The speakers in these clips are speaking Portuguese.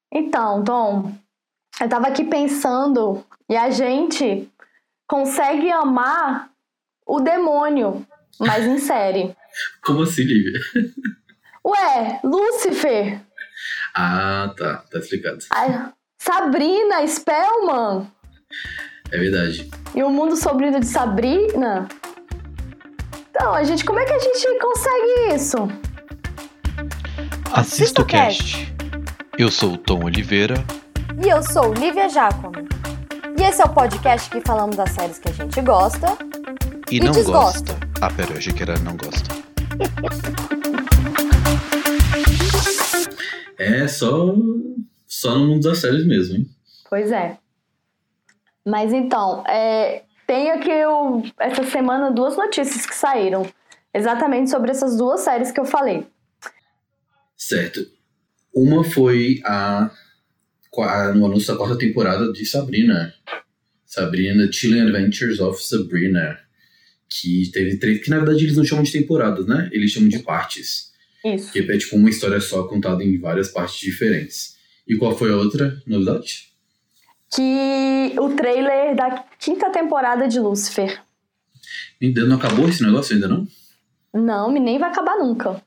Então, Tom, eu tava aqui pensando e a gente consegue amar o demônio, mas em série. Como assim, Lívia? Ué, Lúcifer, Ah, tá. Tá explicado. a Sabrina Spellman É verdade. e o mundo sombrio de Sabrina. Então, como é que a gente consegue isso? Assista o cast. Eu sou o Tom Oliveira. E eu sou Lívia Giacomo. E esse é o podcast que falamos das séries que a gente gosta E não desgosta. gosta. Ah, pera, eu achei que era não gosta. É só no mundo das séries mesmo, hein? Pois é. Mas então, tem aqui essa semana 2 notícias que saíram exatamente sobre essas 2 séries que eu falei. Certo. Uma foi no anúncio da 4ª temporada de Sabrina. Sabrina, Chilling Adventures of Sabrina. Que teve 3... Que na verdade eles não chamam de temporadas, né? Eles chamam de partes. Isso. Que é tipo uma história só contada em várias partes diferentes. E qual foi a outra novidade? Que o trailer da 5ª temporada de Lúcifer. Ainda não acabou esse negócio, ainda não? Não, e nem vai acabar nunca.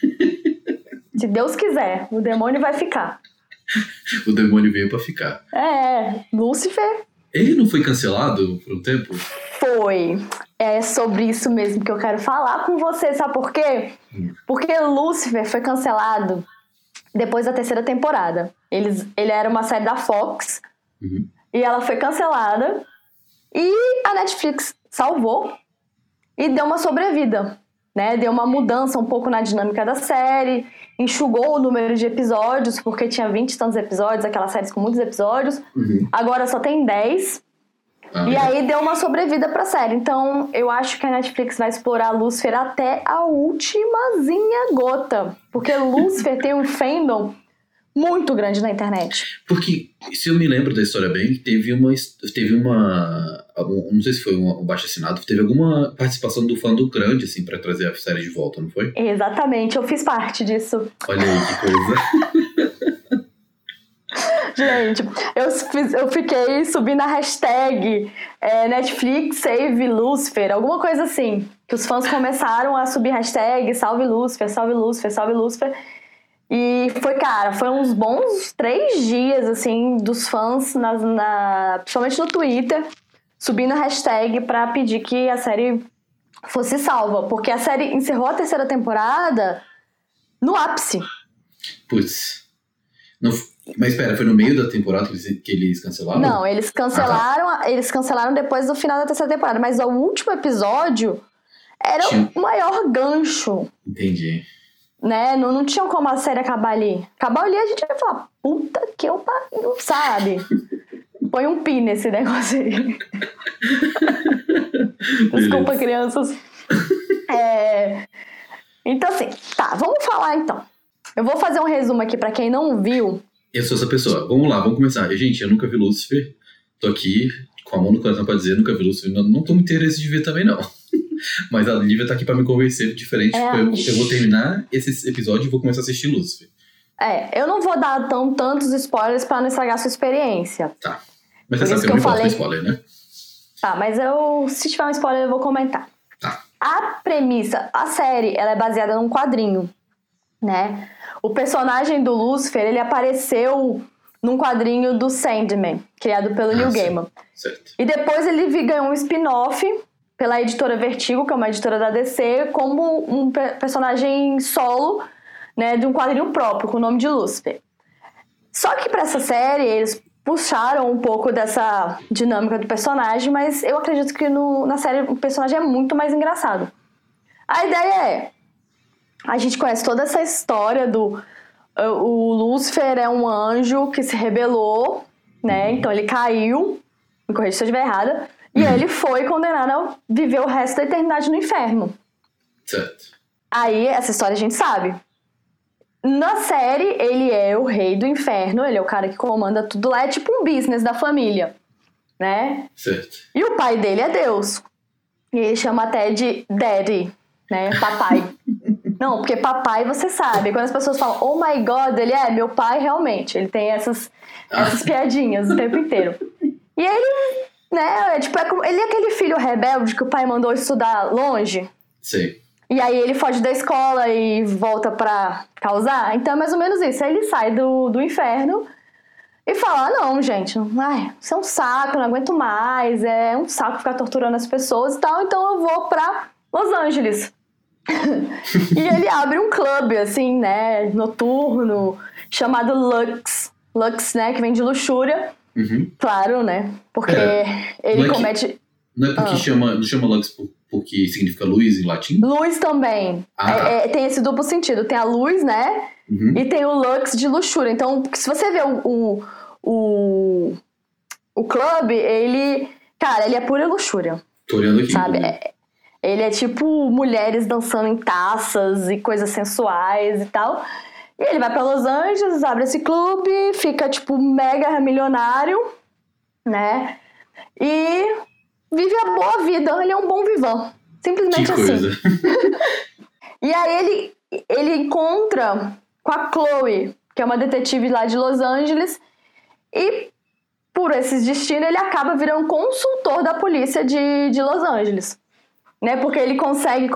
Se Deus quiser, o demônio vai ficar. O demônio veio pra ficar. Lúcifer Ele não foi cancelado por um tempo? foi. É sobre isso mesmo que eu quero falar com você, sabe por quê? Porque Lúcifer foi cancelado depois da 3ª temporada. Ele era uma série da Fox, e ela foi cancelada, e a Netflix salvou e deu uma sobrevida, né? Deu uma mudança um pouco na dinâmica da série, enxugou o número de episódios, porque tinha 20 e tantos episódios, aquelas séries com muitos episódios. Agora só tem 10. E aí deu uma sobrevida pra série. Então eu acho que a Netflix vai explorar Lúcifer até a ultimazinha gota, porque Lúcifer tem um fandom muito grande na internet. Porque, se eu me lembro da história bem, teve uma não sei se foi um abaixo-assinado, teve alguma participação do fã do grande, assim, pra trazer a série de volta, não foi? Exatamente, eu fiz parte disso. Olha aí, que coisa. Gente, eu fiquei subindo a hashtag Netflix Save Lúcifer, alguma coisa assim, que os fãs começaram a subir hashtag Salve Lúcifer, Salve Lúcifer, Salve Lúcifer. E foi uns bons 3 dias, assim, dos fãs, principalmente no Twitter, subindo a hashtag pra pedir que a série fosse salva. Porque a série encerrou a 3ª temporada no ápice. Putz. Mas espera, foi no meio da temporada que eles cancelaram? Não, eles cancelaram depois do final da 3ª temporada. Mas o último episódio era o maior gancho. Entendi. Né? Não tinha como a série acabar ali. Acabar ali, a gente vai falar, puta que eu pariu, sabe? Põe um pi nesse negócio aí. Desculpa, crianças. Então, assim, tá, vamos falar então. Eu vou fazer um resumo aqui pra quem não viu. Eu sou essa pessoa. Vamos lá, vamos começar. Gente, eu nunca vi Lúcifer. Tô aqui com a mão no coração pra dizer, nunca vi Lúcifer. Não tô com interesse de ver também, não. Mas a Lívia tá aqui pra me convencer diferente. Eu vou terminar esse episódio e vou começar a assistir Lúcifer. Eu não vou dar tantos spoilers pra não estragar a sua experiência. Tá. Mas você sabe que eu não gosto de spoiler, né? Tá, mas se tiver um spoiler eu vou comentar. Tá. A premissa, a série, ela é baseada num quadrinho, né? O personagem do Lúcifer, ele apareceu num quadrinho do Sandman, criado pelo Neil Gaiman. Certo. E depois ele ganhou um spin-off pela editora Vertigo, que é uma editora da DC, como um personagem solo, né, de um quadrinho próprio, com o nome de Lúcifer. Só que para essa série, eles puxaram um pouco dessa dinâmica do personagem, mas eu acredito que na série o personagem é muito mais engraçado. A ideia a gente conhece toda essa história o Lúcifer é um anjo que se rebelou, né, então ele caiu, me corrija se eu estiver errada, e ele foi condenado a viver o resto da eternidade no inferno. Certo. Aí, essa história a gente sabe. Na série, ele é o rei do inferno, ele é o cara que comanda tudo lá, é tipo um business da família, né? Certo. E o pai dele é Deus. E ele chama até de Daddy, né? Papai. Não, porque papai, você sabe. Quando as pessoas falam, oh my God, ele é meu pai, realmente. Ele tem essas piadinhas o tempo inteiro. E ele, né, ele é aquele filho rebelde que o pai mandou estudar longe. Sim. E aí ele foge da escola e volta pra causar. Então é mais ou menos isso. Aí ele sai do inferno e fala, não, gente, isso é um saco, não aguento mais. É um saco ficar torturando as pessoas e tal. Então eu vou pra Los Angeles. E ele abre um clube, assim, né, noturno, chamado Lux. Lux, né, que vem de luxúria. Uhum. Claro, né, porque ele comete... Não é porque não chama Lux porque significa luz em latim? Luz também. Tem esse duplo sentido. Tem a luz, né, e tem o Lux de luxúria. Então, se você vê o clube, ele é pura luxúria. Tô olhando aqui. Sabe, ele é tipo mulheres dançando em taças e coisas sensuais e tal. E ele vai pra Los Angeles, abre esse clube, fica tipo mega milionário, né? E vive a boa vida. Ele é um bom vivão. Simplesmente que assim. Coisa. E aí ele encontra com a Chloe, que é uma detetive lá de Los Angeles. E por esses destinos ele acaba virando consultor da polícia de Los Angeles. Né? Porque ele consegue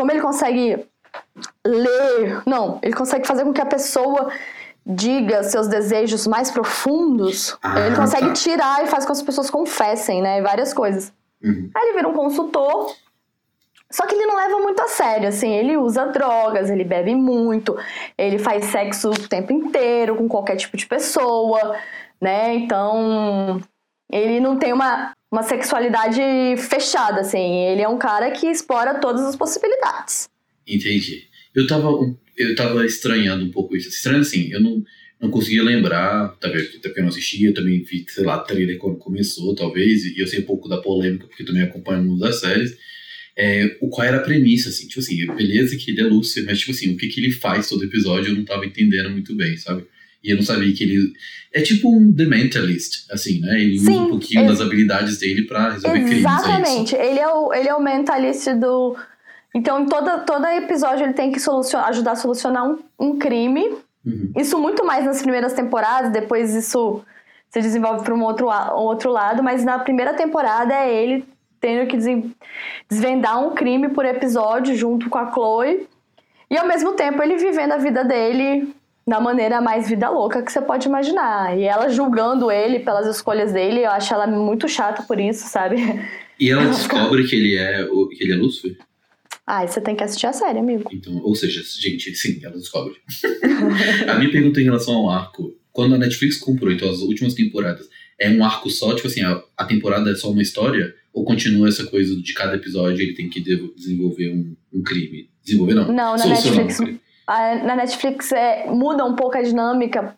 ler... Não, ele consegue fazer com que a pessoa diga seus desejos mais profundos. Ele consegue tirar e faz com que as pessoas confessem, né? Várias coisas. Uhum. Aí ele vira um consultor. Só que ele não leva muito a sério, assim. Ele usa drogas, ele bebe muito. Ele faz sexo o tempo inteiro com qualquer tipo de pessoa, né? Então... ele não tem uma sexualidade fechada, assim. Ele é um cara que explora todas as possibilidades. Entendi. Eu tava estranhando um pouco isso. Estranho assim, eu não conseguia lembrar, talvez porque eu não assistia, eu também vi, sei lá, trailer quando começou, talvez, e eu sei um pouco da polêmica, porque eu também acompanho o mundo das séries. Qual era a premissa, assim, tipo assim, beleza que ele é Lúcifer, mas tipo assim, o que ele faz todo episódio eu não tava entendendo muito bem, sabe? E eu não sabia que ele... É tipo um The Mentalist, assim, né? Ele usa um pouquinho das habilidades dele pra resolver crimes. Exatamente. Ele é o mentalist do... Então, em todo episódio ele tem que ajudar a solucionar um crime. Uhum. Isso muito mais nas primeiras temporadas, depois isso se desenvolve para um outro lado, mas na primeira temporada é ele tendo que desvendar um crime por episódio junto com a Chloe. E ao mesmo tempo ele vivendo a vida dele... da maneira mais vida louca que você pode imaginar. E ela julgando ele pelas escolhas dele, eu acho ela muito chata por isso, sabe? E ela descobre que ele é Lúcifer? Você tem que assistir a série, amigo. Então, ou seja, gente, sim, ela descobre. A minha pergunta em relação ao arco, quando a Netflix comprou, então as últimas temporadas, é um arco só, tipo assim, a temporada é só uma história? Ou continua essa coisa de cada episódio ele tem que desenvolver um crime? Desenvolver não? Não, na Netflix... Na Netflix muda um pouco a dinâmica.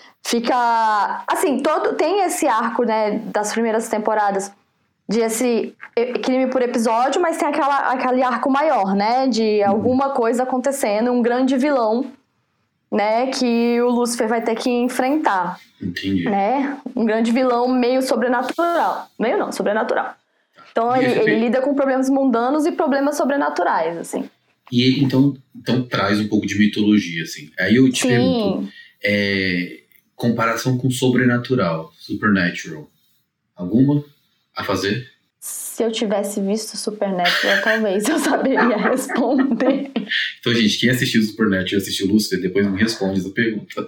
Fica... assim, tem esse arco, né, das primeiras temporadas de esse crime por episódio, mas tem aquele arco maior, né, de alguma coisa acontecendo, um grande vilão, né, que o Lúcifer vai ter que enfrentar. Entendi. Né? Um grande vilão meio sobrenatural. Meio não, sobrenatural. Então ele lida com problemas mundanos e problemas sobrenaturais, assim. E ele, então traz um pouco de mitologia, assim. Aí eu te pergunto, comparação com sobrenatural, supernatural, alguma a fazer? Se eu tivesse visto Supernatural, talvez eu saberia responder. Então, gente, quem assistiu Supernatural e assistiu Lúcifer, depois me responde essa pergunta.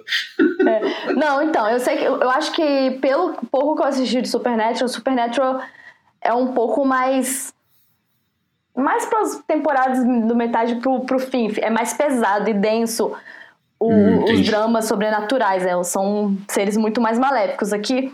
Não, então, eu acho que pelo pouco que eu assisti de Supernatural é um pouco mais para as temporadas do metade pro fim. É mais pesado e denso os dramas sobrenaturais. São seres muito mais maléficos. Aqui,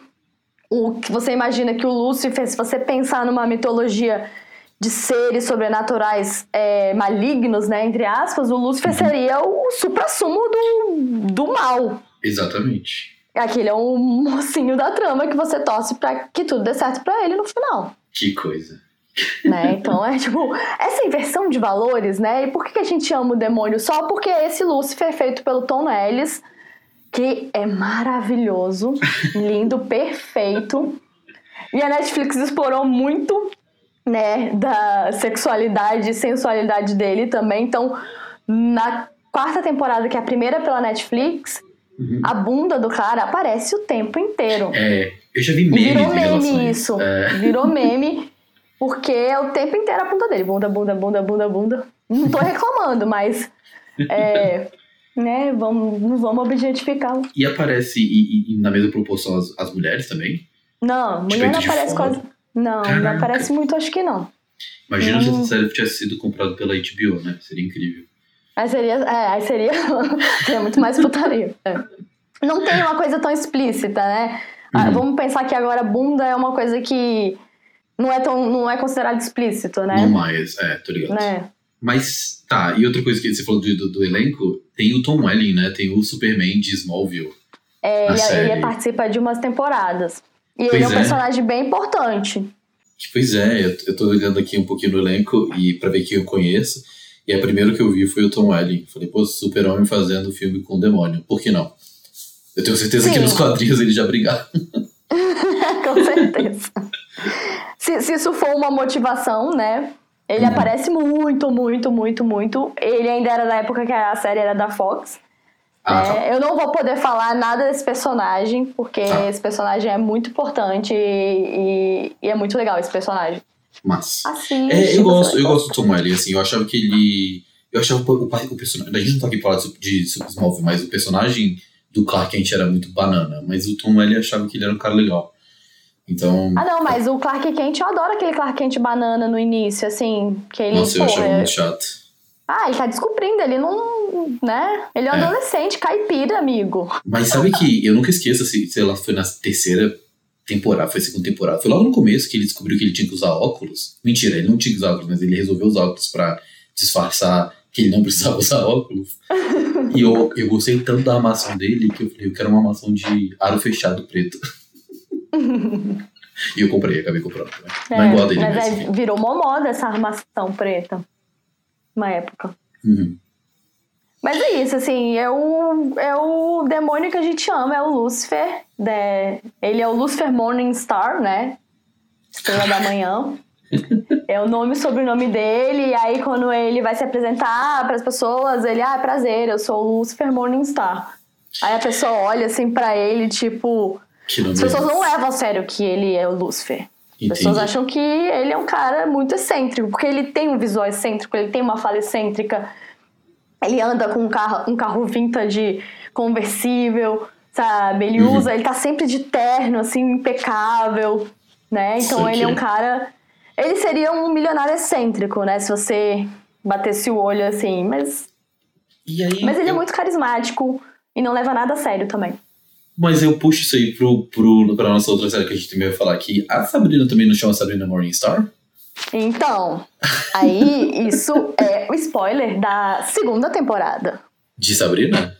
o que você imagina que o Lúcifer, se você pensar numa mitologia de seres sobrenaturais malignos, né, entre aspas, o Lúcifer seria o suprassumo do mal. Exatamente. Aquele é um mocinho da trama que você torce pra que tudo dê certo pra ele no final. Que coisa. Né? Então é tipo essa inversão de valores, né? E por que a gente ama o demônio? Só porque esse Lúcifer é feito pelo Tom Ellis, que é maravilhoso, lindo, perfeito. E a Netflix explorou muito, né, da sexualidade e sensualidade dele também. Então, na quarta temporada, que é a primeira pela Netflix, a bunda do cara aparece o tempo inteiro. Eu já vi meme Virou em relação meme a isso. É. Virou meme, porque é o tempo inteiro a bunda dele. Bunda, bunda, bunda, bunda, bunda. Não tô reclamando, mas... né, não vamos objetificar. E aparece e na mesma proporção as mulheres também? Não, De mulher peito não de aparece fora. quase... Não Caraca. aparece muito, acho que não. Imagina se essa série tivesse sido comprada pela HBO, né? Seria incrível. Aí seria muito mais putaria. Não tem uma coisa tão explícita, né? Vamos pensar que agora bunda é uma coisa que não é considerado explícito, né? Não mais, tô ligado. Né? Mas, tá, e outra coisa que você falou do elenco, tem o Tom Welling, né? Tem o Superman de Smallville. Ele participa de umas temporadas. E ele é um personagem bem importante. Pois é, eu tô olhando aqui um pouquinho no elenco e pra ver quem eu conheço. E a primeira que eu vi foi o Tom Welling. Falei, pô, Super-Homem fazendo filme com o demônio. Por que não? Eu tenho certeza que nos quadrinhos eles já brigaram. Com certeza. Se isso for uma motivação, né? Ele aparece muito, muito, muito, muito. Ele ainda era da época que a série era da Fox. Tá. Eu não vou poder falar nada desse personagem, porque esse personagem é muito importante e é muito legal esse personagem. Mas Eu gosto do Tom Welling, assim, eu achava que ele... Eu achava o personagem... A gente não tá aqui falando de Smallville, mas o personagem do Clark Kent era muito banana, mas o Tom Welling achava que ele era um cara legal. Então... não, mas o Clark Kent, eu adoro aquele Clark Kent banana no início, assim, que ele... Nossa, eu achava muito chato. Ele tá descobrindo, ele não... né? Ele é um adolescente, caipira, amigo. Mas sabe que eu nunca esqueço, sei lá, foi na terceira temporada, foi a segunda temporada. Foi logo no começo que ele descobriu que ele tinha que usar óculos. Mentira, ele não tinha que usar óculos, mas ele resolveu usar óculos pra disfarçar que ele não precisava usar óculos. E eu gostei tanto da armação dele que eu falei, eu quero uma armação de aro fechado preto. E eu acabei comprando. Né? Não é igual a dele, mas virou uma moda essa armação preta. Uma época. Mas é isso, assim, é o demônio que a gente ama, é o Lúcifer. Ele é o Lucifer Morningstar, né? Estrela da Manhã. É o nome e sobrenome dele, e aí quando ele vai se apresentar pras pessoas, ele, prazer, eu sou o Lucifer Morningstar. Aí a pessoa olha assim pra ele, tipo... As pessoas não levam a sério que ele é o Lúcifer. As pessoas acham que ele é um cara muito excêntrico, porque ele tem um visual excêntrico, ele tem uma fala excêntrica, ele anda com um carro vintage conversível, sabe? Ele tá sempre de terno, assim, impecável, né? Então ele é um cara... Ele seria um milionário excêntrico, né? Se você batesse o olho assim, mas ele é muito carismático e não leva nada a sério também. Mas eu puxo isso aí pra nossa outra série que a gente também vai falar aqui. A Sabrina também não chama Sabrina Morningstar? Então, aí isso é o spoiler da segunda temporada. De Sabrina?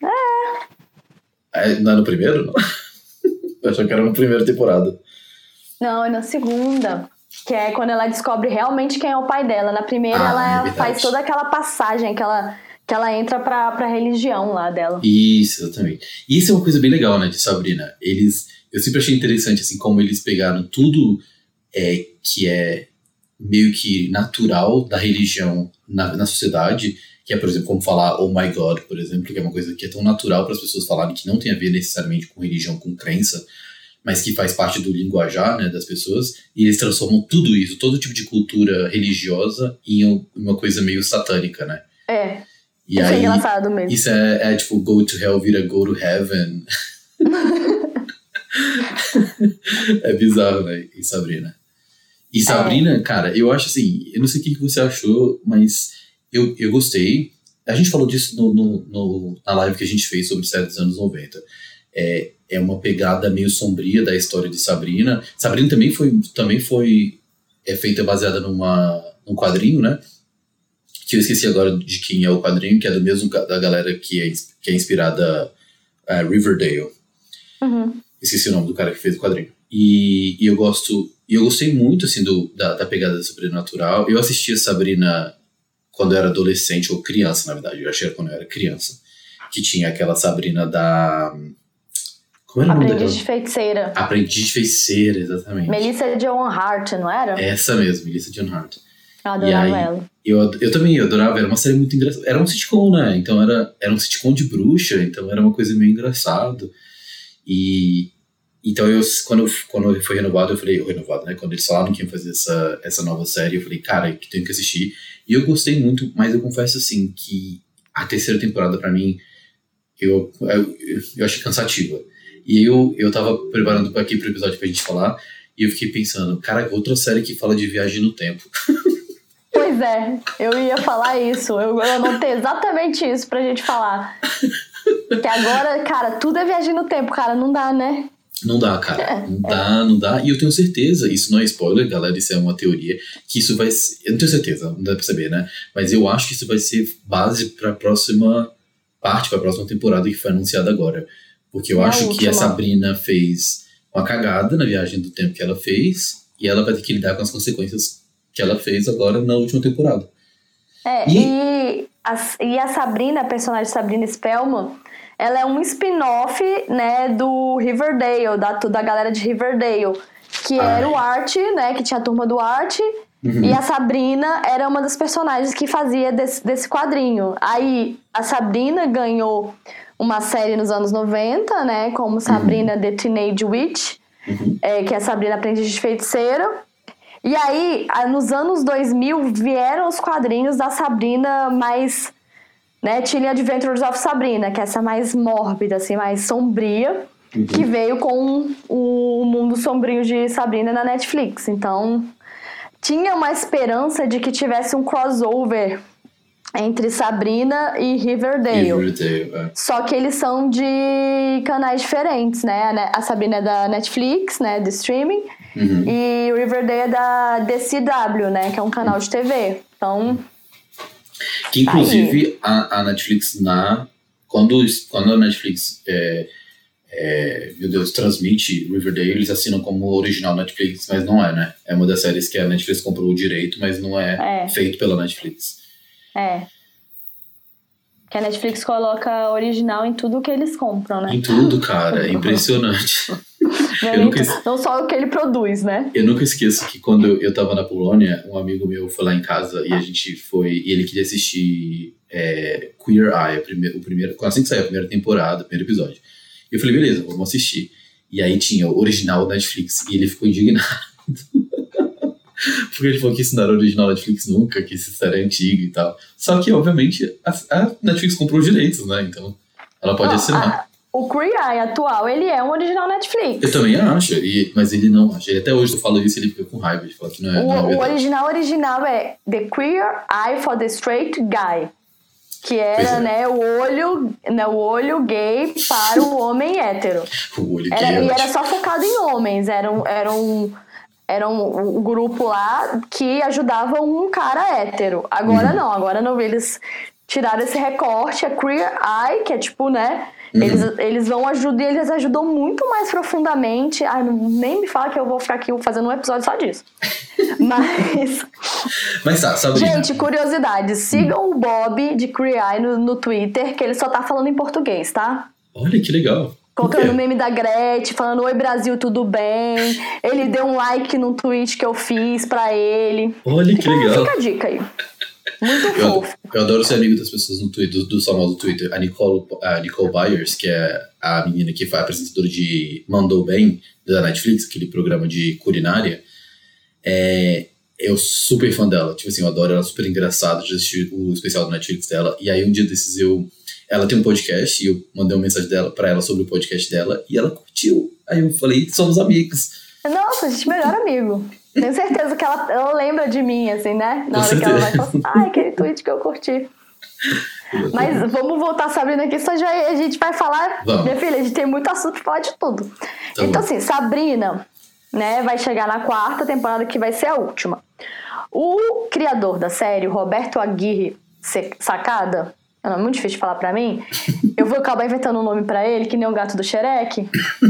Não é no primeiro, não? Eu achava que era na primeira temporada. Não, é na segunda. Que é quando ela descobre realmente quem é o pai dela. Na primeira ela faz toda aquela passagem que ela entra pra religião lá dela. Isso, exatamente. E isso é uma coisa bem legal, né, de Sabrina. Eu sempre achei interessante, assim, como eles pegaram tudo que é meio que natural da religião na sociedade, que é, por exemplo, como falar oh my God, por exemplo, que é uma coisa que é tão natural para as pessoas falarem, que não tem a ver necessariamente com religião, com crença, mas que faz parte do linguajar, né, das pessoas, e eles transformam tudo isso, todo tipo de cultura religiosa, em uma coisa meio satânica, né? E isso aí, é engraçado mesmo. Isso é tipo, go to hell vira go to heaven. É bizarro, né? E Sabrina. E Sabrina, cara, eu acho assim, eu não sei o que você achou, mas eu gostei. A gente falou disso na live que a gente fez sobre séries dos anos 90. É uma pegada meio sombria da história de Sabrina. Sabrina também foi feita baseada num quadrinho, né? Que eu esqueci agora de quem é o quadrinho, que é do mesmo da galera que é inspirada Riverdale. Esqueci o nome do cara que fez o quadrinho. E eu gostei muito, assim, da pegada sobrenatural. Eu assistia Sabrina quando eu era adolescente, ou criança, na verdade. Eu achei quando eu era criança. Que tinha aquela Sabrina da... Como era o nome dela? Aprendiz de Feiticeira. Aprendiz de Feiticeira, exatamente. Melissa Joan Hart, não era? Essa mesmo, Melissa Joan Hart. Eu adorava ela. Eu também adorava, era uma série muito engraçada. Era um sitcom, né? Então era um sitcom de bruxa, então era uma coisa meio engraçada. E então quando foi renovado, eu falei, né? Quando eles falaram que iam fazer essa nova série, eu falei, cara, que tenho que assistir. E eu gostei muito, mas eu confesso assim que a terceira temporada pra mim eu achei cansativa. E eu tava preparando aqui pro episódio pra gente falar, e eu fiquei pensando, cara, outra série que fala de viagem no tempo. Pois é, eu ia falar isso. Eu anotei exatamente isso pra gente falar. Que agora, cara, tudo é viagem no tempo, cara, não dá, né? Não dá, cara. Não dá. E eu tenho certeza, isso não é spoiler, galera, isso é uma teoria, que isso vai ser... Eu não tenho certeza, não dá pra saber, né? Mas eu acho que isso vai ser base pra próxima parte, pra próxima temporada que foi anunciada agora. Porque eu acho que a Sabrina fez uma cagada na viagem do tempo que ela fez, e ela vai ter que lidar com as consequências que ela fez agora na última temporada. E a Sabrina, a personagem Sabrina Spellman, ela é um spin-off, né, do Riverdale, da galera de Riverdale, que era o Art, né, que tinha a turma do Art, e a Sabrina era uma das personagens que fazia desse quadrinho. Aí a Sabrina ganhou uma série nos anos 90, né, como Sabrina The Teenage Witch, que é a Sabrina Aprendiz de Feiticeira. E aí, nos anos 2000, vieram os quadrinhos da Sabrina mais, né, Chilling Adventures of Sabrina, que é essa mais mórbida, assim, mais sombria, que veio com o mundo sombrio de Sabrina na Netflix. Então, tinha uma esperança de que tivesse um crossover entre Sabrina e Riverdale. Só que eles são de canais diferentes, né? A Sabrina é da Netflix, né, de streaming, e o Riverdale é da DCW, né, que é um canal de TV. Então... Que inclusive a Netflix quando a Netflix meu Deus, transmite Riverdale, eles assinam como original Netflix, mas não é, né? É uma das séries que a Netflix comprou o direito, mas não é feito pela Netflix. Que a Netflix coloca original em tudo que eles compram, né? Em tudo, cara. É impressionante. Não só o que ele produz, né? Eu nunca esqueço que quando eu tava na Polônia, um amigo meu foi lá em casa e a gente foi... E ele queria assistir Queer Eye, o primeiro, assim que saiu a primeira temporada, o primeiro episódio. E eu falei, beleza, vamos assistir. E aí tinha o original Netflix e ele ficou indignado. Porque ele falou que isso não era original Netflix nunca, que isso era antigo e tal. Só que, obviamente, a Netflix comprou os direitos, né? Então, ela pode assinar. O Queer Eye atual, ele é um original Netflix. Eu também acho, mas ele não acha. Ele, até hoje eu falo isso e ele fica com raiva de falar que não é o original é The Queer Eye for the Straight Guy. Que era, né, o olho gay para o homem hétero. O olho gay. E era só focado em homens. Era um grupo lá que ajudava um cara hétero. Agora não, eles tiraram esse recorte, a Queer Eye, que é tipo, né, eles vão ajudar, e eles ajudam muito mais profundamente. Ai, nem me fala que eu vou ficar aqui fazendo um episódio só disso. Mas tá, Sabrina. Gente, curiosidade, sigam o Bob de Queer Eye no Twitter, que ele só tá falando em português, tá? Olha, que legal. Colocando o meme da Gretchen, falando oi Brasil, tudo bem. Ele deu um like num tweet que eu fiz pra ele. Olha, que legal. Fica a dica aí. Muito fofo. Eu adoro ser amigo das pessoas no Twitter, do famoso Twitter. A Nicole Byers, que é a menina que foi apresentadora de Mandou Bem, da Netflix, aquele programa de culinária. Eu super fã dela. Tipo assim, eu adoro ela, super engraçada. Já assisti o especial do Netflix dela. E aí um dia desses ela tem um podcast e eu mandei uma mensagem pra ela sobre o podcast dela e ela curtiu. Aí eu falei, somos amigos. Nossa, a gente é melhor amigo. Tenho certeza que ela lembra de mim, assim, né? Na hora que ela vai falar, aquele tweet que eu curti. Mas vamos voltar, Sabrina, aqui, só já a gente vai falar. Vamos. Minha filha, a gente tem muito assunto pra falar de tudo. Tá então, assim, Sabrina, né, vai chegar na 4ª temporada, que vai ser a última. O criador da série, Roberto Aguirre Sacada, é um nome muito difícil de falar pra mim, eu vou acabar inventando um nome pra ele, que nem o gato do Shrek.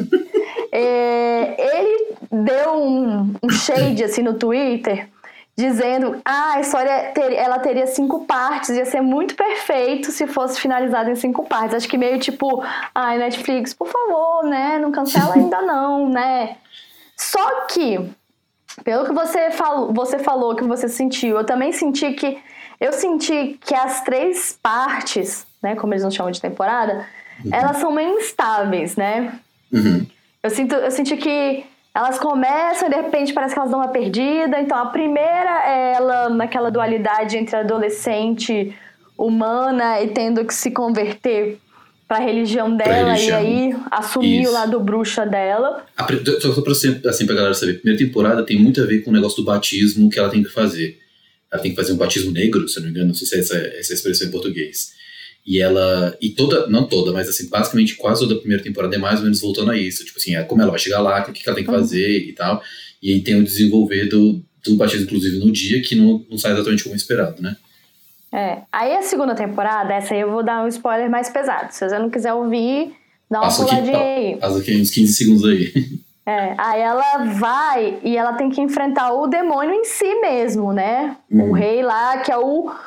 Ele deu um shade assim no Twitter, dizendo a história ela teria 5 partes, ia ser muito perfeito se fosse finalizado em 5 partes. Acho que meio tipo, Netflix, por favor, né, não cancela ainda não, né. Só que Pelo que você falou que você sentiu, eu também senti que... Eu senti que as 3 partes, né, como eles não chamam de temporada, elas são meio instáveis, né? Eu senti que elas começam e de repente parece que elas dão uma perdida. Então a primeira é ela naquela dualidade entre adolescente humana e tendo que se converter pra religião dela e aí assumir o lado bruxa dela. Só pra, assim, pra galera saber, a primeira temporada tem muito a ver com o negócio do batismo que ela tem que fazer. Ela tem que fazer um batismo negro, se eu não me engano, não sei se é essa expressão em português. E ela, não toda, mas assim, basicamente quase toda a primeira temporada é mais ou menos voltando a isso. Tipo assim, como ela vai chegar lá, o que ela tem que fazer e tal. E aí tem o desenvolver do batismo, inclusive, no dia, que não sai exatamente como esperado, né? Aí a segunda temporada, essa aí eu vou dar um spoiler mais pesado. Se você não quiser ouvir, dá uma puladinha aí. Passa aqui uns 15 segundos aí. Aí ela vai e ela tem que enfrentar o demônio em si mesmo, né? O rei lá, que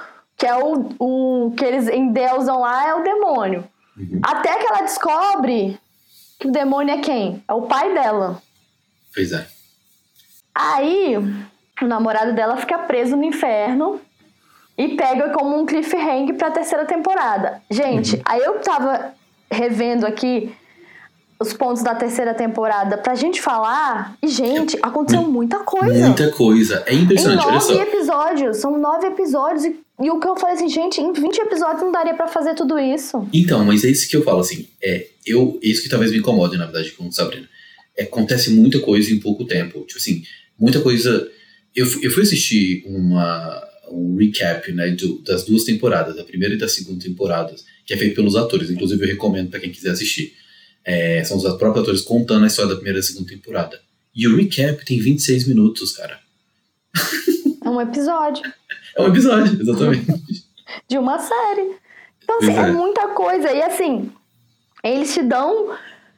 eles endeusam lá, é o demônio. Até que ela descobre que o demônio é quem? É o pai dela. Pois é. Aí, o namorado dela fica preso no inferno e pega como um cliffhanger pra 3ª temporada. Gente, aí eu tava revendo aqui os pontos da 3ª temporada pra gente falar. E, gente, aconteceu muita coisa. Muita coisa. É impressionante, olha só. 9 episódios. São 9 episódios. E o que eu falei assim, gente, em 20 episódios não daria pra fazer tudo isso. Então, mas é isso que eu falo, assim. Isso que talvez me incomode, na verdade, com Sabrina. Acontece muita coisa em pouco tempo. Tipo assim, muita coisa... Eu fui assistir um recap, né, das 2 temporadas, da primeira e da segunda temporadas, que é feito pelos atores. Inclusive, eu recomendo pra quem quiser assistir. São os próprios atores contando a história da primeira e da segunda temporada. E o recap tem 26 minutos, cara. É um episódio. É um episódio, exatamente. De uma série. Então, assim, é muita coisa. E, assim, eles te dão...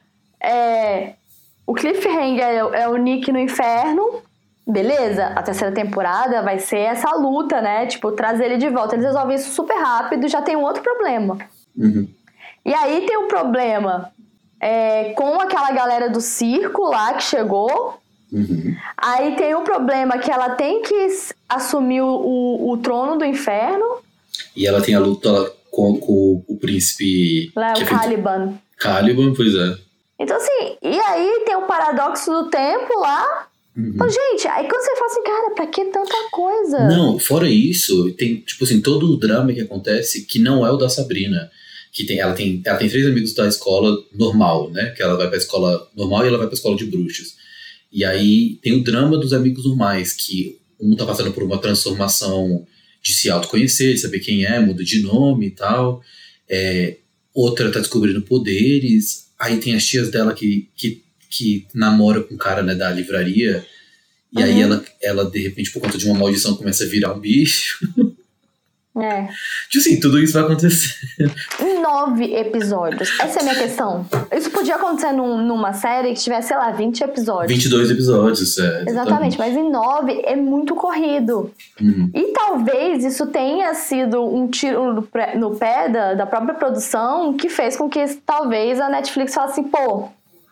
o cliffhanger é o Nick no inferno. Beleza? A 3ª temporada vai ser essa luta, né? Tipo, trazer ele de volta. Eles resolvem isso super rápido. Já tem um outro problema. E aí tem um problema... com aquela galera do circo lá que chegou. Aí tem o problema que ela tem que assumir o trono do inferno. E ela tem a luta com o príncipe... Lá, o Caliban. Caliban, pois é. Então assim, e aí tem o paradoxo do tempo lá. Então, gente, aí quando você fala assim, cara, pra que tanta coisa? Não, fora isso, tem tipo assim, todo o drama que acontece que não é o da Sabrina. Ela tem 3 amigos da escola normal, né? Que ela vai pra escola normal e ela vai pra escola de bruxas. E aí tem o drama dos amigos normais, que um tá passando por uma transformação de se autoconhecer, de saber quem é, muda de nome e tal. Outra tá descobrindo poderes. Aí tem as tias dela que namora com o cara, né, da livraria. E aí ela, de repente, por conta de uma maldição, começa a virar um bicho. Tipo assim, tudo isso vai acontecer. Em 9 episódios. Essa é a minha questão. Isso podia acontecer numa série que tivesse, sei lá, 20 episódios. 22 episódios, Exatamente, mas em 9 é muito corrido. E talvez isso tenha sido um tiro no pé da própria produção, que fez com que talvez a Netflix falasse assim, pô...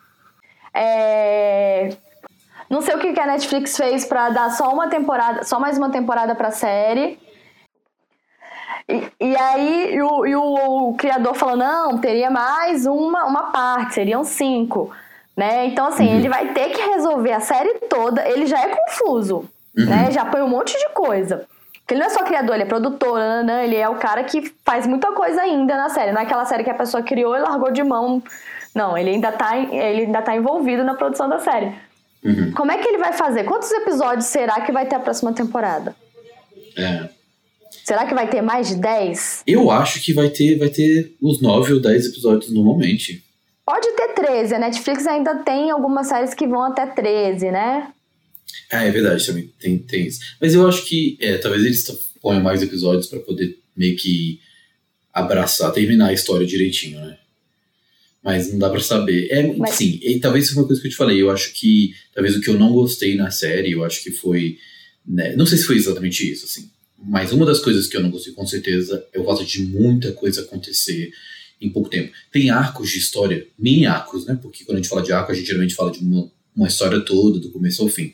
Não sei o que a Netflix fez pra dar só mais uma temporada pra série. E aí o criador falou, não, teria mais uma parte, seriam 5, né? Então assim, ele vai ter que resolver a série toda. Ele já é confuso, né? Já põe um monte de coisa. Porque ele não é só criador, ele é produtor, ele é o cara que faz muita coisa ainda na série. Não é aquela série que a pessoa criou e largou de mão. Não, ele ainda tá envolvido na produção da série. Como é que ele vai fazer? Quantos episódios será que vai ter a próxima temporada? Será que vai ter mais de 10? Eu acho que vai ter os 9 ou 10 episódios normalmente. Pode ter 13. A Netflix ainda tem algumas séries que vão até 13, né? É verdade, também tem isso. Mas eu acho que talvez eles ponham mais episódios pra poder meio que terminar a história direitinho, né? Mas não dá pra saber. Sim, talvez isso foi uma coisa que eu te falei. Eu acho que talvez o que eu não gostei na série, eu acho que foi... Né, não sei se foi exatamente isso, assim. Mas uma das coisas que eu não gostei, com certeza, é o fato de muita coisa acontecer em pouco tempo. Tem arcos de história, mini arcos, né? Porque quando a gente fala de arco, a gente geralmente fala de uma história toda, do começo ao fim.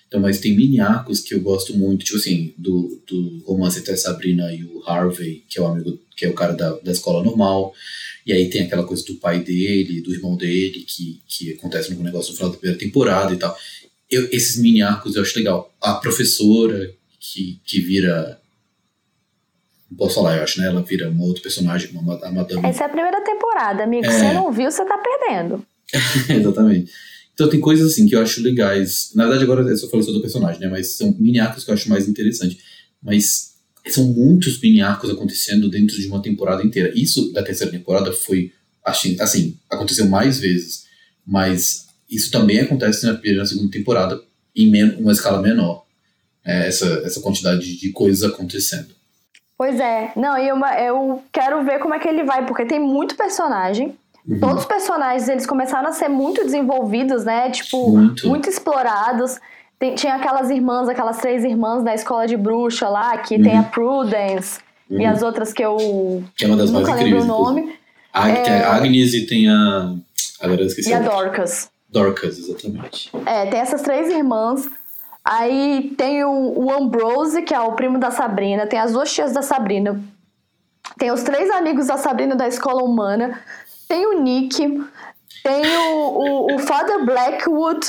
Então, mas tem mini arcos que eu gosto muito, tipo assim, do romance entre a Sabrina e o Harvey, que é o amigo, que é o cara da escola normal. E aí tem aquela coisa do pai dele, do irmão dele, que acontece no negócio no final da primeira temporada e tal. Esses mini arcos eu acho legal. A professora que vira... Não posso falar, eu acho, né? Ela vira uma outra personagem, a Madame. Essa é a primeira temporada, amigo. Você não viu, você tá perdendo. Exatamente. Então tem coisas assim que eu acho legais. Na verdade, agora eu só falei sobre o personagem, né? Mas são mini arcos que eu acho mais interessante. Mas são muitos mini arcos acontecendo dentro de uma temporada inteira. Isso da terceira temporada foi, assim, aconteceu mais vezes. Mas isso também acontece na primeira e na segunda temporada em uma escala menor. Essa quantidade de coisas acontecendo. Pois é. Não, e eu quero ver como é que ele vai, porque tem muito personagem. Uhum. Todos os personagens, eles começaram a ser muito desenvolvidos, né? Tipo, muito explorados. Tinha aquelas 3 irmãs da escola de bruxa lá, que tem a Prudence e as outras que eu que é uma das nunca mais lembro incríveis, o nome. Tem a Agnes e tem a... Agora eu esqueci. E a Dorcas. Dorcas, exatamente. Tem essas 3 irmãs. Aí tem o Ambrose, que é o primo da Sabrina. Tem as 2 tias da Sabrina. Tem os 3 amigos da Sabrina da escola humana. Tem o Nick. Tem o Father Blackwood.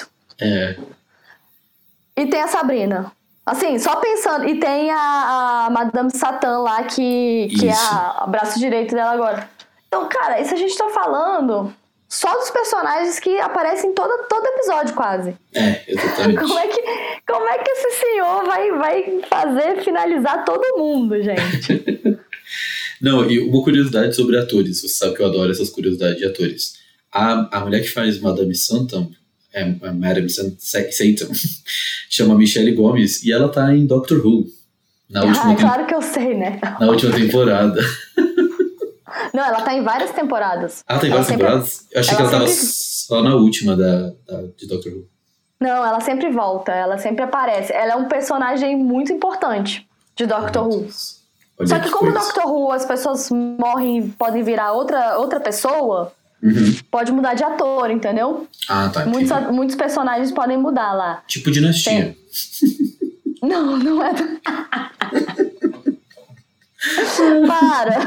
E tem a Sabrina. Assim, só pensando. E tem a Madame Satã lá, que é o braço direito dela agora. Então, cara, isso a gente tá falando só dos personagens que aparecem em todo episódio, quase. Exatamente. Como é que esse senhor vai fazer finalizar todo mundo, gente? Não, e uma curiosidade sobre atores. Você sabe que eu adoro essas curiosidades de atores. A mulher que faz Madame Satã, Madame Satã, chama Michelle Gomes, e ela tá em Doctor Who. Claro que eu sei, né? Na última temporada. Não, ela tá em várias temporadas. Ah, tem várias temporadas? Eu achei que ela tava só na última de Doctor Who. Não, ela sempre volta, ela sempre aparece. Ela é um personagem muito importante de Doctor Who. Só que como Doctor Who as pessoas morrem e podem virar outra pessoa, pode mudar de ator, entendeu? Ah, tá. Muitos personagens podem mudar lá. Tipo Dinastia. Não é... Para!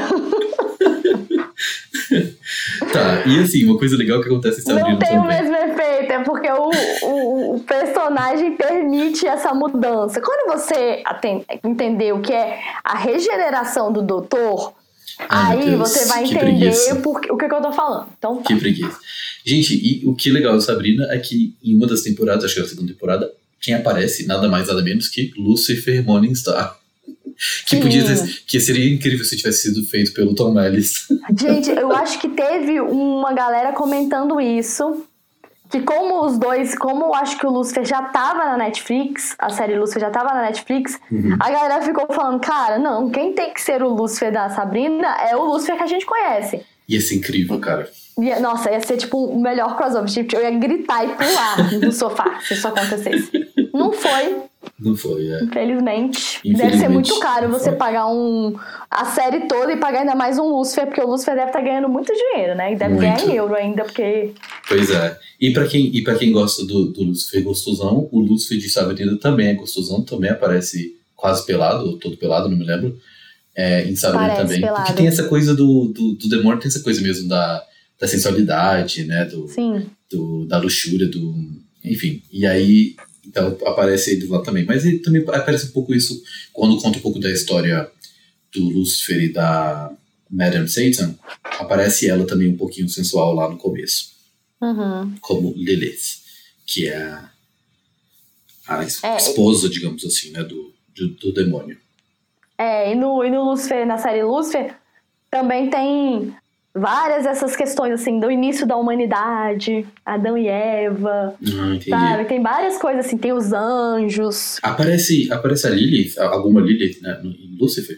Tá, e assim, uma coisa legal que acontece em Sabrina não tem também. o mesmo efeito, é porque o personagem permite essa mudança. Quando você entender o que é a regeneração do doutor, aí você vai entender o que eu tô falando. Então, tá. Que preguiça. Gente, e o que é legal de Sabrina é que em uma das temporadas, acho que é a segunda temporada, quem aparece nada mais nada menos que Lucifer Morningstar. Que podia que seria incrível se tivesse sido feito pelo Tom Ellis. Gente, eu acho que teve uma galera comentando isso, que como eu acho que o Lucifer já tava na Netflix, a série Lucifer já tava na Netflix, a galera ficou falando, cara, não, quem tem que ser o Lucifer da Sabrina é o Lucifer que a gente conhece. Ia ser incrível, cara. Nossa, ia ser tipo o melhor crossover. Tipo, eu ia gritar e pular no sofá se isso acontecesse. Não foi. Não foi, Infelizmente. Deve ser muito caro você pagar a série toda e pagar ainda mais um Lucifer, porque o Lucifer deve estar ganhando muito dinheiro, né? E deve ganhar em euro ainda, porque... Pois é. E pra quem gosta do Lucifer gostosão, o Lucifer de Sabrina também é gostosão, também aparece quase pelado, ou todo pelado, não me lembro, em Sabrina parece também. Pelado. Porque tem essa coisa do demônio, tem essa coisa mesmo da sensualidade, né? Da luxúria, enfim. E aí... Então aparece ele lá também. Mas ele também aparece um pouco isso quando conta um pouco da história do Lucifer e da Madame Satan. Aparece ela também um pouquinho sensual lá no começo. Como Lilith, que é a esposa, digamos assim, né, do demônio. E no Lucifer, na série Lucifer, também tem várias dessas questões, assim, do início da humanidade, Adão e Eva, sabe? Tem várias coisas, assim, tem os anjos. Aparece a Lilith, alguma Lilith, né, em Lucifer?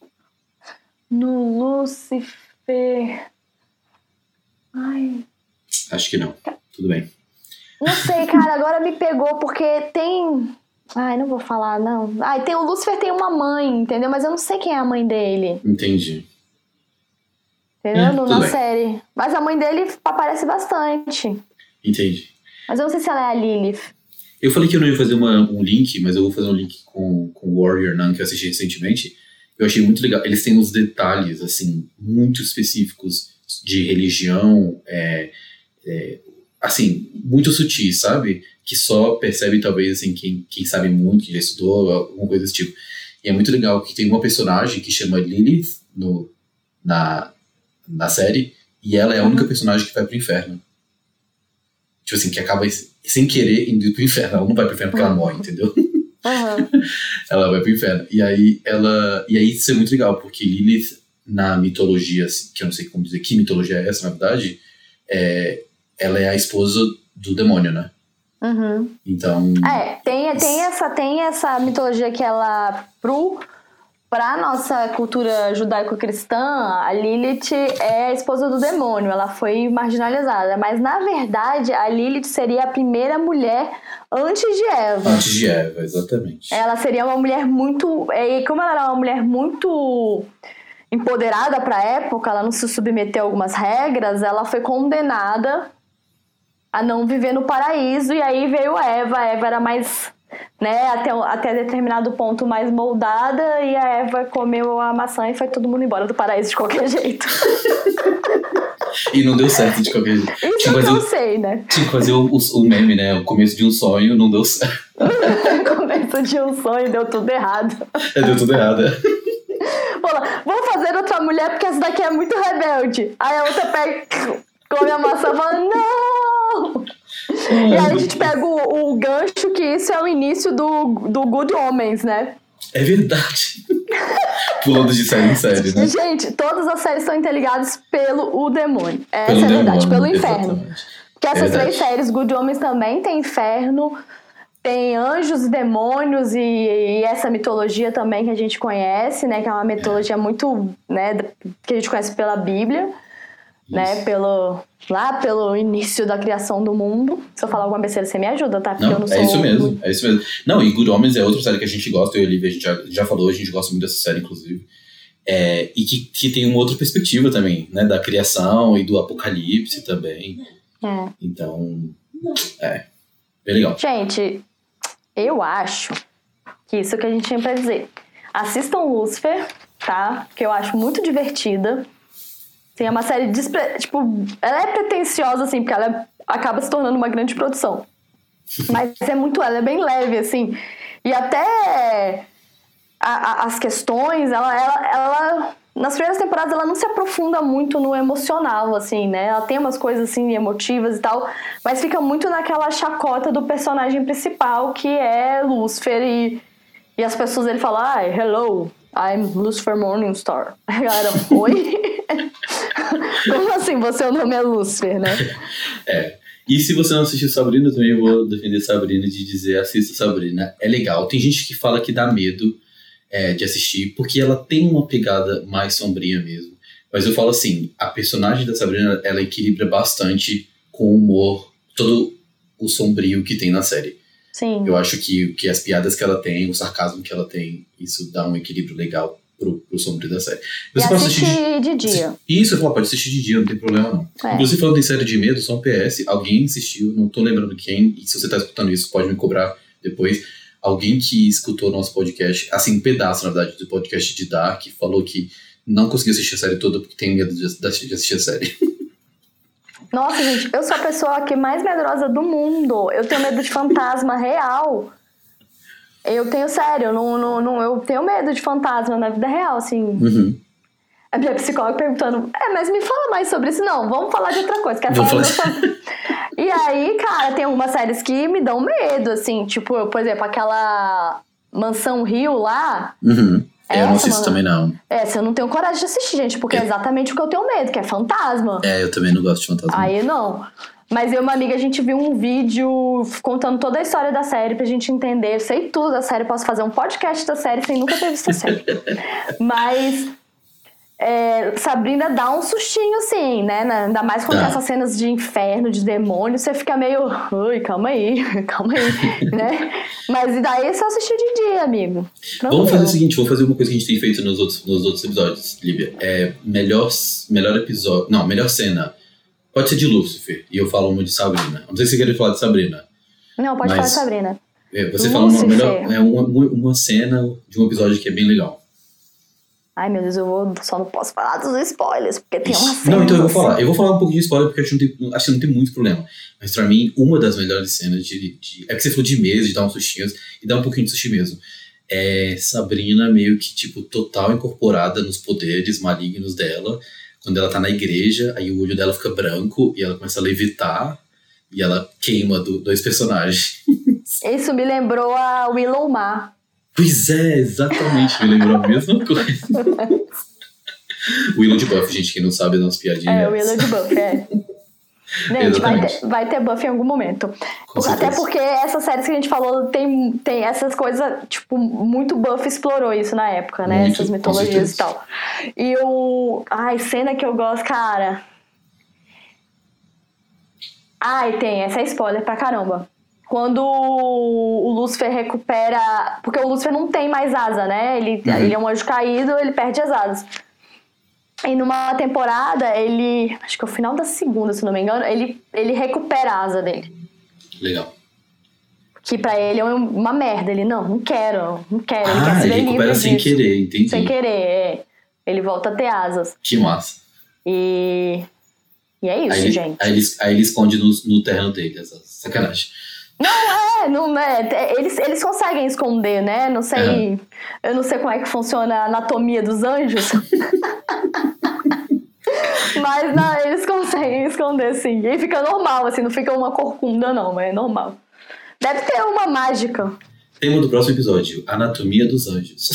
No Lucifer... Ai... Acho que não. Tudo bem. Não sei, cara, agora me pegou, porque tem... Ai, não vou falar, não. Tem o Lucifer tem uma mãe, entendeu? Mas eu não sei quem é a mãe dele. Entendi. Entendeu? Na série. Mas a mãe dele aparece bastante. Entendi. Mas eu não sei se ela é a Lilith. Eu falei que eu não ia fazer um link, mas eu vou fazer um link com Warrior Nun, que eu assisti recentemente. Eu achei muito legal. Eles têm uns detalhes, assim, muito específicos de religião, assim, muito sutis, sabe? Que só percebe, talvez, assim, quem sabe muito, que já estudou, alguma coisa desse tipo. E é muito legal que tem uma personagem que chama Lilith na série, e ela é a única personagem que vai pro inferno. Tipo assim, que acaba sem querer indo pro inferno. Ela não vai pro inferno porque ela morre, entendeu? Ela vai pro inferno. E aí isso é muito legal, porque Lilith, na mitologia, que eu não sei como dizer, que mitologia é essa, na verdade, ela é a esposa do demônio, né? Então... tem essa mitologia que ela... Pra nossa cultura judaico-cristã, a Lilith é a esposa do demônio, ela foi marginalizada. Mas, na verdade, a Lilith seria a primeira mulher antes de Eva. Antes de Eva, exatamente. Ela seria uma mulher muito... Como ela era uma mulher muito empoderada pra época, ela não se submeteu a algumas regras, ela foi condenada a não viver no paraíso. E aí veio a Eva era mais... né, até determinado ponto mais moldada, e a Eva comeu a maçã e foi todo mundo embora do paraíso de qualquer jeito. E não deu certo de qualquer jeito. Isso eu não sei, né? Tinha que fazer o meme, né? O começo de um sonho não deu certo. O começo de um sonho deu tudo errado. Deu tudo errado, Fala, vou fazer outra mulher porque essa daqui é muito rebelde. Aí a outra pega, come a maçã e fala, não! E aí a gente pega o gancho que isso é o início do Good Omens, né? É verdade. Pulando de série em série, né? Gente, todas as séries são interligadas pelo demônio. Essa pelo é a verdade, demônio, pelo inferno. Exatamente. Porque essas 3 séries, Good Omens também tem inferno, tem anjos e demônios e essa mitologia também que a gente conhece, né? Que é uma mitologia muito, né, que a gente conhece pela Bíblia. Né, pelo início da criação do mundo. Se eu falar alguma besteira, você me ajuda, tá? Porque não, eu não sou... é isso mesmo. Não, e Good Omens é outra série que a gente gosta, eu e a Olivia, a gente já falou, a gente gosta muito dessa série, inclusive. E que tem uma outra perspectiva também, né, da criação e do apocalipse também. Então, bem legal. Gente, eu acho que isso que a gente tinha pra dizer. Assistam Lucifer, tá? Que eu acho muito divertida. Tem uma série ela é pretensiosa, assim, porque ela acaba se tornando uma grande produção. Mas ela é bem leve, assim. E até as questões, ela nas primeiras temporadas, ela não se aprofunda muito no emocional, assim, né? Ela tem umas coisas, assim, emotivas e tal, mas fica muito naquela chacota do personagem principal, que é Lucifer, e as pessoas, ele fala, hello, I'm Lucifer Morningstar. A galera, oi? Como assim, o nome é Lucifer, né? E se você não assistiu Sabrina, também eu vou defender Sabrina de dizer, assista Sabrina. É legal. Tem gente que fala que dá medo de assistir, porque ela tem uma pegada mais sombria mesmo. Mas eu falo assim, a personagem da Sabrina, ela equilibra bastante com o humor, todo o sombrio que tem na série. Sim. Eu acho que as piadas que ela tem, o sarcasmo que ela tem, isso dá um equilíbrio legal pro sombrio da série. Você pode assistir de dia. Isso, eu falo, pode assistir de dia, não tem problema não. Inclusive, falando em série de medo, só um PS, alguém assistiu, não tô lembrando quem, e se você tá escutando isso, pode me cobrar depois. Alguém que escutou nosso podcast, assim, um pedaço, na verdade, do podcast de Dark, falou que não conseguiu assistir a série toda porque tem medo de assistir a série. Nossa, gente, eu sou a pessoa que mais medrosa do mundo. Eu tenho medo de fantasma real. Eu tenho, sério, eu tenho medo de fantasma na vida real, assim. A minha psicóloga perguntando, mas me fala mais sobre isso. Não, vamos falar de outra coisa. E aí, cara, tem algumas séries que me dão medo, assim. Tipo, por exemplo, aquela Mansão Rio lá. Eu não assisto também, não. Essa eu não tenho coragem de assistir, gente, porque é exatamente o que eu tenho medo, que é fantasma. Eu também não gosto de fantasma. Aí não. Mas eu e uma amiga, a gente viu um vídeo contando toda a história da série pra gente entender. Eu sei tudo da série, posso fazer um podcast da série sem nunca ter visto a série. Mas Sabrina dá um sustinho, assim, né? Ainda mais quando tem essas cenas de inferno, de demônio, você fica meio... Ui, calma aí, né? Mas e daí é só assistir de dia, amigo. Vamos fazer o seguinte, vamos fazer uma coisa que a gente tem feito nos outros episódios, Lívia. Melhor episódio... Não, melhor cena... Pode ser de Lucifer, e eu falo uma de Sabrina. Não sei se você quer falar de Sabrina. Não, pode falar de Sabrina. Você fala uma cena de um episódio que é bem legal. Ai, meu Deus, só não posso falar dos spoilers, porque tem uma cena. Não, então eu vou falar. Eu vou falar um pouco de spoiler, porque acho que não tem muito problema. Mas pra mim, uma das melhores cenas é que você falou de mesa, de dar uns sustinhos, e dá um pouquinho de sushi mesmo. É Sabrina meio que, tipo, total incorporada nos poderes malignos dela. Quando ela tá na igreja, aí o olho dela fica branco, e ela começa a levitar, e ela queima dois personagens. Isso me lembrou a Willow Ma. Pois é, exatamente, me lembrou a mesma coisa. Willow de Buffy, gente, quem não sabe, é nossa piadinha. O Willow de Buffy, Gente, vai ter Buffy em algum momento. Até porque essas séries que a gente falou tem essas coisas, tipo, muito Buffy explorou isso na época, né? Muito, essas mitologias e tal. E cena que eu gosto, cara... essa é spoiler pra caramba. Quando o Lúcifer recupera... Porque o Lúcifer não tem mais asa, né? Ele é um anjo caído, ele perde as asas. E numa temporada, acho que é o final da segunda, se não me engano, ele recupera a asa dele. Legal. Que pra ele é uma merda. Ele, não quero. Ele quer ser ele recupera sem querer, entendi. Sem querer, Ele volta a ter asas. Que massa. E é isso, gente. Aí ele esconde no terreno dele, essa sacanagem. Não é. Eles conseguem esconder, né? Não sei. Eu não sei como é que funciona a anatomia dos anjos. Mas eles conseguem esconder, sim. E fica normal, assim, não fica uma corcunda, não, mas é normal. Deve ter uma mágica. Tema do próximo episódio: Anatomia dos Anjos.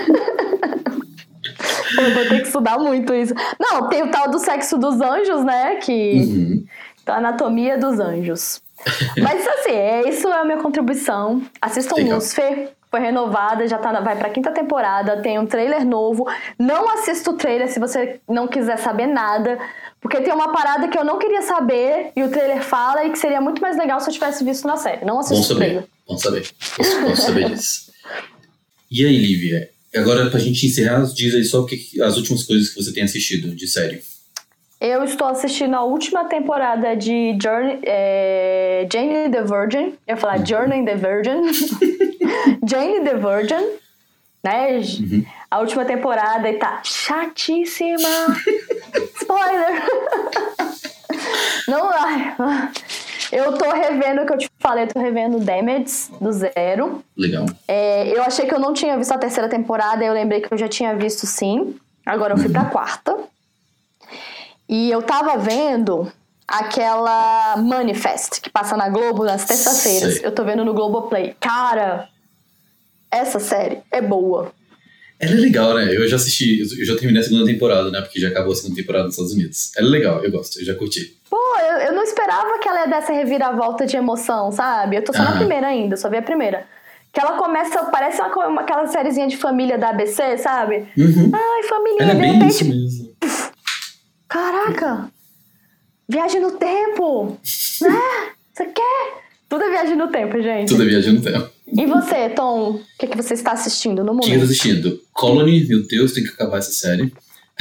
Eu vou ter que estudar muito isso. Não, tem o tal do sexo dos anjos, né? Então, Anatomia dos Anjos. Mas assim, isso é a minha contribuição. Assistam Lúcifer, foi renovada, vai pra 5ª temporada, tem um trailer novo. Não assista o trailer se você não quiser saber nada, porque tem uma parada que eu não queria saber e o trailer fala, e que seria muito mais legal se eu tivesse visto na série. Não assista o trailer. Bom saber. Posso saber disso. E aí, Lívia? Agora, pra gente encerrar, diz aí só as últimas coisas que você tem assistido de série. Eu estou assistindo a última temporada de Jane the Virgin. Eu ia falar Journey the Virgin. Jane the Virgin, né? A última temporada e tá chatíssima. Spoiler! Não, eu tô revendo o que eu te falei, eu tô revendo Damages do 0. Legal. Eu achei que eu não tinha visto a 3ª temporada, eu lembrei que eu já tinha visto sim. Agora eu fui pra 4ª. E eu tava vendo aquela Manifest, que passa na Globo nas terças-feiras. Eu tô vendo no Globoplay. Cara, essa série é boa. Ela é legal, né? Eu já assisti, eu já terminei a 2ª temporada, né? Porque já acabou a 2ª temporada nos Estados Unidos. Ela é legal, eu gosto, eu já curti. Pô, eu não esperava que ela ia dar essa reviravolta de emoção, sabe? Eu tô só na primeira ainda, só vi a primeira. Que ela começa, parece aquela sériezinha de família da ABC, sabe? Ai, família, ela é de bem repente... isso mesmo. Caraca! Viagem no tempo! Né? Você quer? Tudo é viagem no tempo, gente. Tudo é viagem no tempo. E você, Tom? O que você está assistindo no momento? O que eu tô assistindo? Colony, meu Deus, tem que acabar essa série.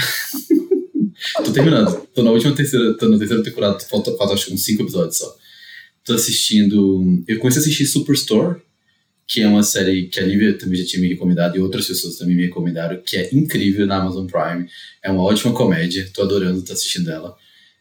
Tô terminando. Tô na terceira temporada, falta acho que uns 5 episódios só. Tô assistindo... Eu comecei a assistir Superstore, que é uma série que a Lívia também já tinha me recomendado e outras pessoas também me recomendaram, que é incrível na Amazon Prime. É uma ótima comédia, tô adorando estar assistindo ela.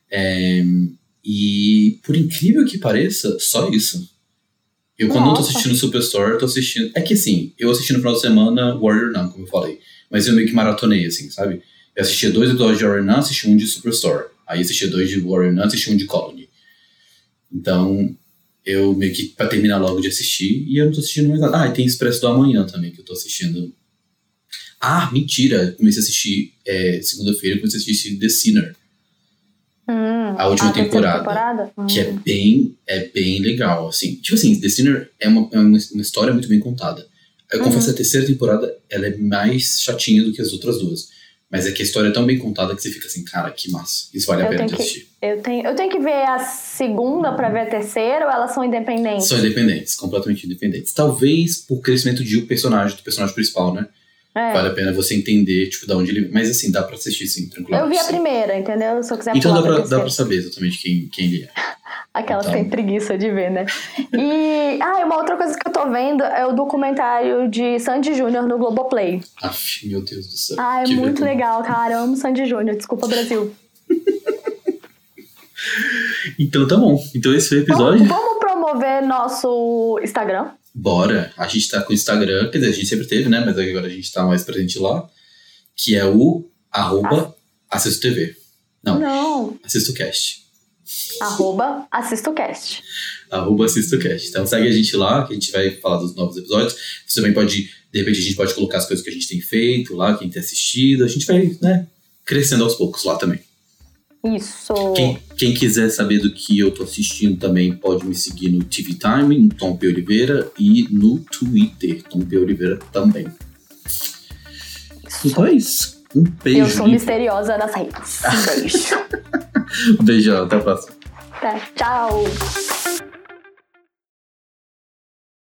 E por incrível que pareça, só isso. Eu quando não tô assistindo Superstore, eu tô assistindo... É que assim, eu assisti no final de semana Warrior Nun, como eu falei. Mas eu meio que maratonei, assim, sabe? Eu assistia 2 episódios de Warrior Nun, assisti um de Superstore. Aí assistia 2 de Warrior Nun, assisti um de Colony. Então... Eu meio que pra terminar logo de assistir. E eu não tô assistindo mais nada. E tem Expresso do Amanhã também, que eu tô assistindo. Mentira! Comecei a assistir segunda-feira, comecei a assistir The Sinner. A última temporada. Que é bem legal, assim. Tipo assim, The Sinner é uma história muito bem contada. Eu confesso que a 3ª temporada ela é mais chatinha do que as outras 2. Mas é que a história é tão bem contada que você fica assim, cara, que massa. Isso vale a pena de assistir. Eu tenho que ver a 2ª pra ver a 3ª, ou elas são independentes? São independentes, completamente independentes. Talvez por crescimento do personagem principal, né? Vale a pena você entender, tipo, da onde ele... Mas assim, dá pra assistir, sim, tranquilo. Eu vi a primeira, entendeu? Se eu quiser então pular dá pra saber exatamente quem ele é. Aquelas que tem preguiça de ver, né? E uma outra coisa que eu tô vendo é o documentário de Sandy Júnior no Globoplay. Aff, meu Deus do céu. É muito legal, cara. Eu amo Sandy Júnior. Desculpa, Brasil. Então tá bom. Então esse foi o episódio. Vamos promover nosso Instagram? Bora. A gente tá com o Instagram, quer dizer, a gente sempre teve, né? Mas agora a gente tá mais presente lá. Que é o @AssistoTV. Não. AssistoCast. @AssistoCast. @AssistoCast. Então segue a gente lá, que a gente vai falar dos novos episódios. Você também pode, de repente, a gente pode colocar as coisas que a gente tem feito lá, quem tem assistido. A gente vai, né, crescendo aos poucos lá também. Isso. Quem quiser saber do que eu tô assistindo também pode me seguir no TV Time, no Tom P. Oliveira, e no Twitter, Tom P. Oliveira também. Então é isso. Um beijo. Eu sou misteriosa nas redes. Um beijo. Um beijão, até a próxima. Tá, tchau.